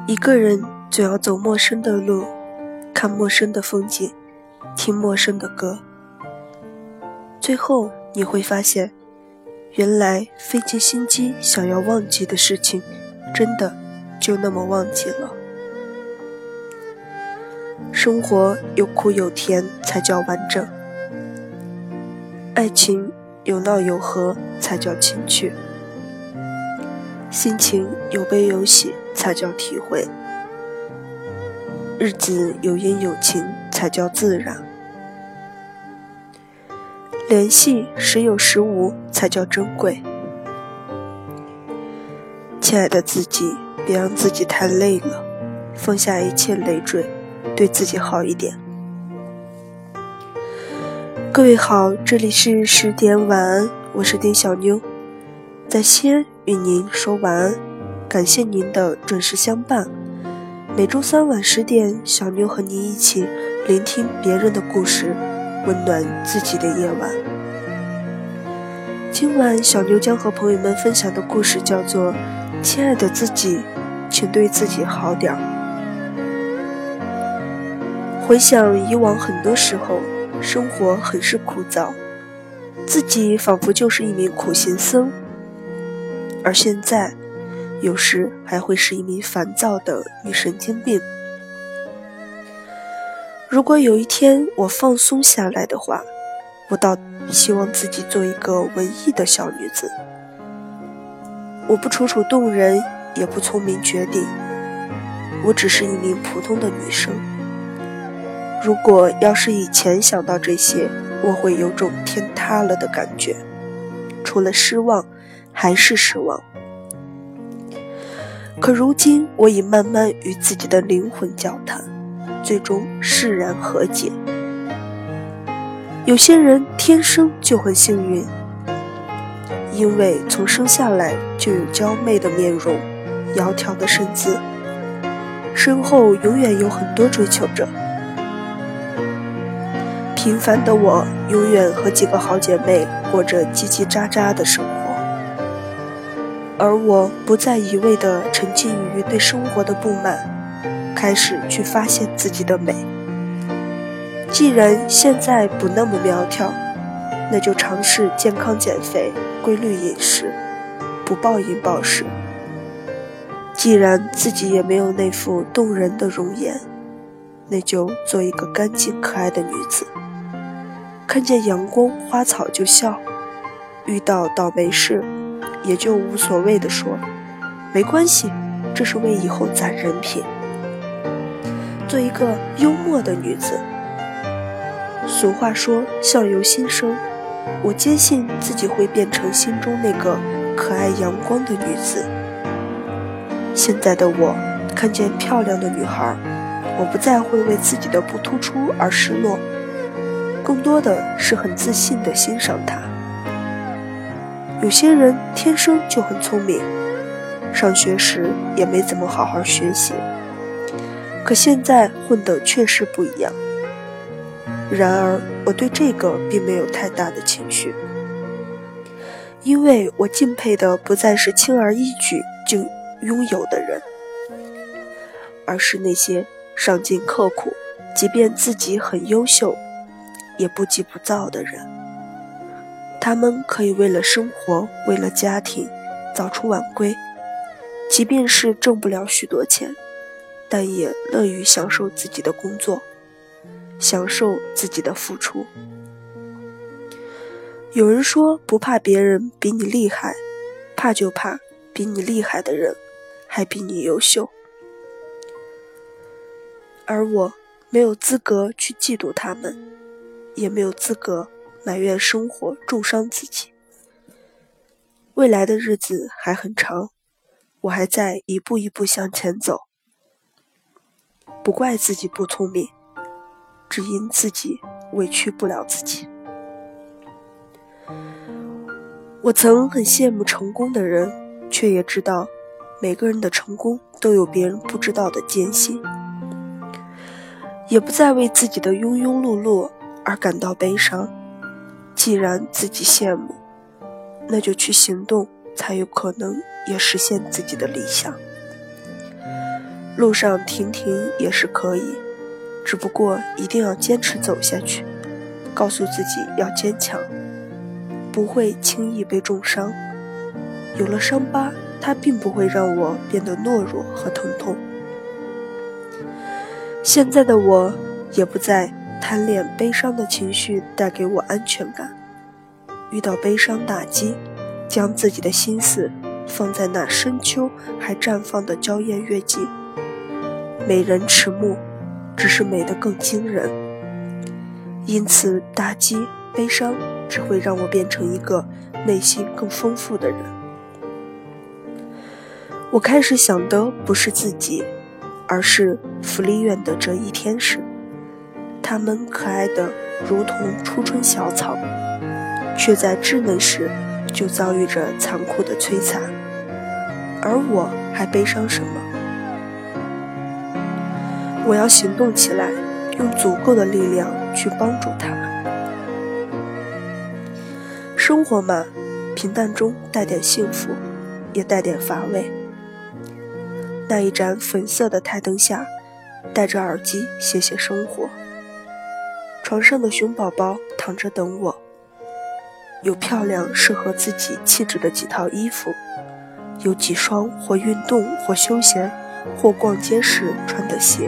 一个人就要走陌生的路，看陌生的风景，听陌生的歌。最后你会发现，原来费尽心机想要忘记的事情，真的就那么忘记了。生活有苦有甜才叫完整，爱情有闹有和才叫情趣，心情有悲有喜才叫体会，日子有阴有晴才叫自然，联系时有时无才叫珍贵。亲爱的自己，别让自己太累了，放下一切累赘，对自己好一点。各位好，这里是10点晚安，我是丁小妞，在西安与您说晚安，感谢您的准时相伴。每周3晚10点，小妞和您一起聆听别人的故事，温暖自己的夜晚。今晚小妞将和朋友们分享的故事叫做亲爱的自己，请对自己好点儿。回想以往很多时候，生活很是枯燥，自己仿佛就是一名苦行僧，而现在有时还会是一名烦躁的女神经病。如果有一天我放松下来的话，我倒希望自己做一个文艺的小女子。我不楚楚动人，也不聪明绝顶，我只是一名普通的女生。如果要是以前想到这些，我会有种天塌了的感觉，除了失望还是失望。可如今我已慢慢与自己的灵魂交谈，最终释然和解。有些人天生就很幸运，因为从生下来就有娇媚的面容，窈窕的身姿，身后永远有很多追求者。平凡的我永远和几个好姐妹过着叽叽喳喳的生活，而我不再一味地沉浸于对生活的不满，开始去发现自己的美。既然现在不那么苗条，那就尝试健康减肥，规律饮食，不暴饮暴食。既然自己也没有那副动人的容颜，那就做一个干净可爱的女子。看见阳光花草就笑，遇到倒霉事也就无所谓地说没关系，这是为以后攒人品。做一个幽默的女子。俗话说相由心生，我坚信自己会变成心中那个可爱阳光的女子。现在的我看见漂亮的女孩，我不再会为自己的不突出而失落，更多的是很自信地欣赏她。有些人天生就很聪明，上学时也没怎么好好学习，可现在混得确实不一样。然而我对这个并没有太大的情绪，因为我敬佩的不再是轻而易举就拥有的人，而是那些上进刻苦，即便自己很优秀也不急不躁的人。他们可以为了生活，为了家庭早出晚归，即便是挣不了许多钱，但也乐于享受自己的工作，享受自己的付出。有人说不怕别人比你厉害，怕就怕比你厉害的人还比你优秀。而我没有资格去嫉妒他们，也没有资格埋怨生活重伤自己。未来的日子还很长，我还在一步一步向前走。不怪自己不聪明，只因自己委屈不了自己。我曾很羡慕成功的人，却也知道每个人的成功都有别人不知道的艰辛。也不再为自己的庸庸碌碌而感到悲伤。既然自己羡慕，那就去行动，才有可能也实现自己的理想。 路上停停也是可以，只不过一定要坚持走下去，告诉自己要坚强，不会轻易被重伤。有了伤疤，它并不会让我变得懦弱和疼痛。现在的我也不再贪恋悲伤的情绪带给我安全感，遇到悲伤打击，将自己的心思放在那深秋还绽放的娇艳月季，美人迟暮，只是美得更惊人。因此打击悲伤只会让我变成一个内心更丰富的人。我开始想的不是自己，而是福利院的这一天使，他们可爱的如同初春小草，却在稚嫩时就遭遇着残酷的摧残，而我还悲伤什么？我要行动起来，用足够的力量去帮助他们。生活嘛，平淡中带点幸福，也带点乏味。那一盏粉色的台灯下，戴着耳机写写生活。床上的熊宝宝躺着等我，有漂亮适合自己气质的几套衣服，有几双或运动或休闲或逛街时穿的鞋，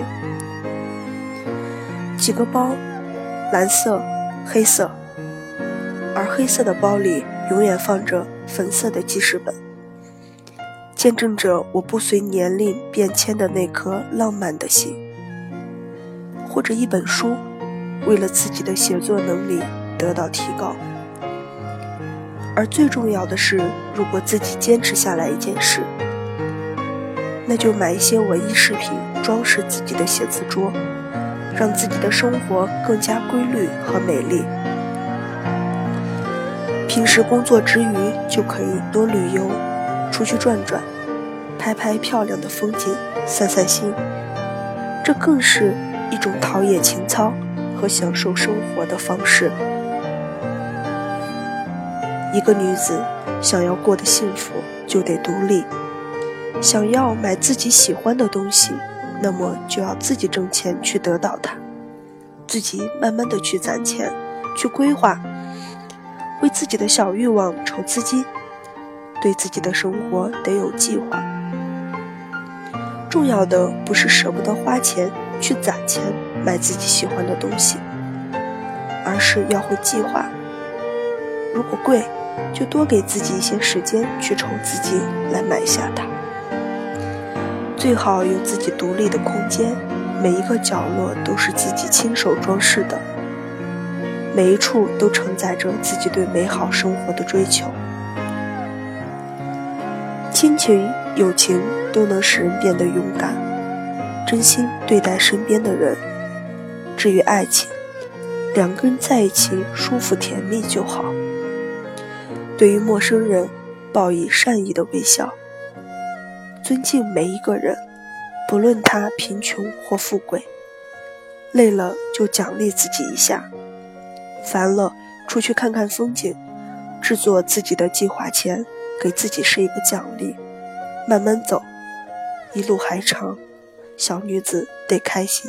几个包，蓝色、黑色，而黑色的包里永远放着粉色的记事本，见证着我不随年龄变迁的那颗浪漫的心。或者一本书，为了自己的写作能力得到提高。而最重要的是，如果自己坚持下来一件事，那就买一些文艺饰品装饰自己的写字桌，让自己的生活更加规律和美丽。平时工作之余就可以多旅游，出去转转，拍拍漂亮的风景，散散心，这更是一种陶冶情操和享受生活的方式。一个女子想要过得幸福，就得独立，想要买自己喜欢的东西，那么就要自己挣钱去得到它，自己慢慢的去攒钱，去规划，为自己的小欲望筹资金，对自己的生活得有计划。重要的不是舍不得花钱去攒钱买自己喜欢的东西，而是要会计划。如果贵，就多给自己一些时间去筹资金来买下它。最好有自己独立的空间，每一个角落都是自己亲手装饰的，每一处都承载着自己对美好生活的追求。亲情、友情都能使人变得勇敢，真心对待身边的人。至于爱情，两个人在一起舒服甜蜜就好。对于陌生人，报以善意的微笑，尊敬每一个人，不论他贫穷或富贵。累了就奖励自己一下，烦了出去看看风景，制作自己的计划前，给自己是一个奖励。慢慢走，一路还长，小女子得开心。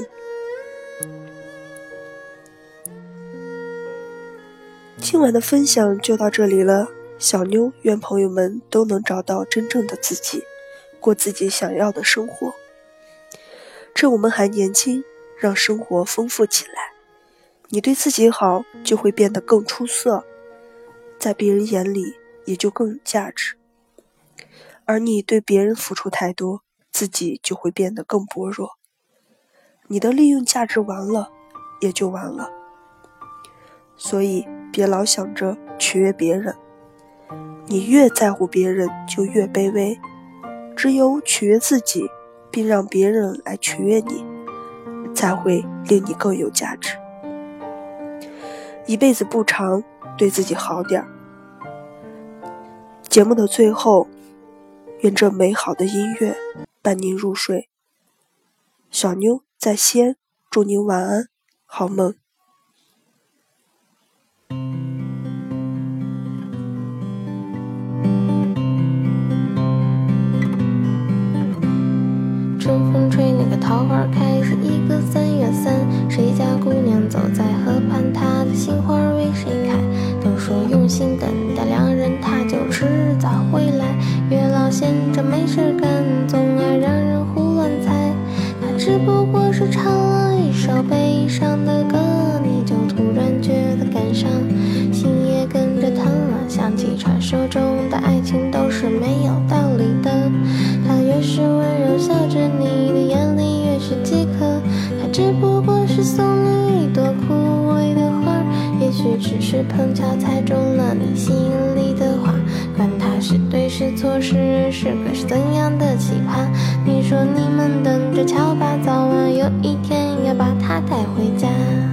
今晚的分享就到这里了，小妞愿朋友们都能找到真正的自己，过自己想要的生活。趁我们还年轻，让生活丰富起来。你对自己好，就会变得更出色，在别人眼里也就更有价值。而你对别人付出太多，自己就会变得更薄弱。你的利用价值完了，也就完了。所以别老想着取悦别人，你越在乎别人就越卑微，只有取悦自己，并让别人来取悦你，才会令你更有价值。一辈子不长，对自己好点儿。节目的最后，愿这美好的音乐伴您入睡。小妞在西安，祝您晚安，好梦。 春风吹桃花开，是一个3月3，谁家姑娘走在河畔，她的心花为谁开？都说用心等待良人，他就迟早会来。月老闲着没事干，总爱让人胡乱猜。他只不过是唱了一首悲伤的歌，你就突然觉得感伤，心也跟着疼了。想起传说中的爱情都是没有道理的，他越是温柔笑着，你的眼里越是饥渴。他只不过是送你一朵枯萎的花，也许只是碰巧猜中了你心里的话。管他是对是错，是人是鬼是怎样的奇葩。你说你们等着瞧吧，早晚有一天要把他带回家。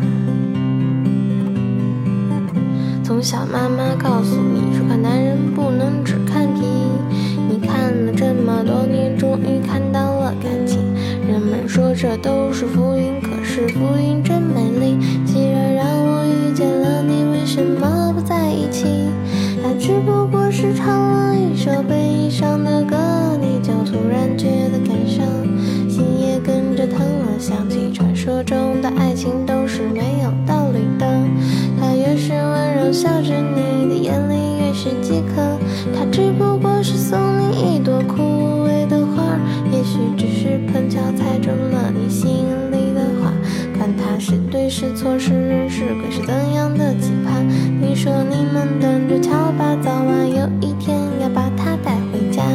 从小妈妈告诉你说，看男人不能只看皮，你看了这么多年，终于看到了感情。人们说这都是浮云，可是浮云真美丽。既然让我遇见了你，为什么不在一起？他只不过是唱了一首悲伤的歌，你就突然觉得感伤，心也跟着疼了。想起传说中的爱情都是没有道理的，他越是温柔笑着，你的眼里越是饥渴。他只不过是送你一朵枯萎的花，也许只是碰巧猜中了你心里的话。看他是对是错，是人是鬼是怎样的奇葩。你说你们等着瞧吧，早晚有一天要把他带回家。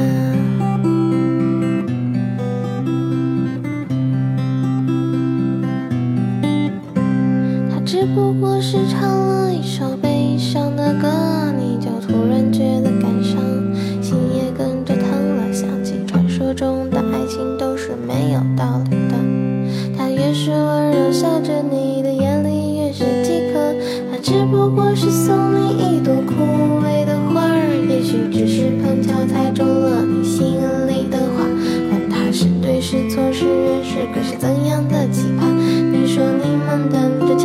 他只不过是唱了一首悲伤的歌，你就突然觉得感伤，心也跟着疼了。想起传说中的爱情都是没有道理的，他越是温柔笑着，你的眼里越是饥渴。他只不过是送你一朵枯萎的花儿，也许只是碰巧猜中了你心里的话。管他是对是错，是人是鬼是怎样的奇葩。你说你们等着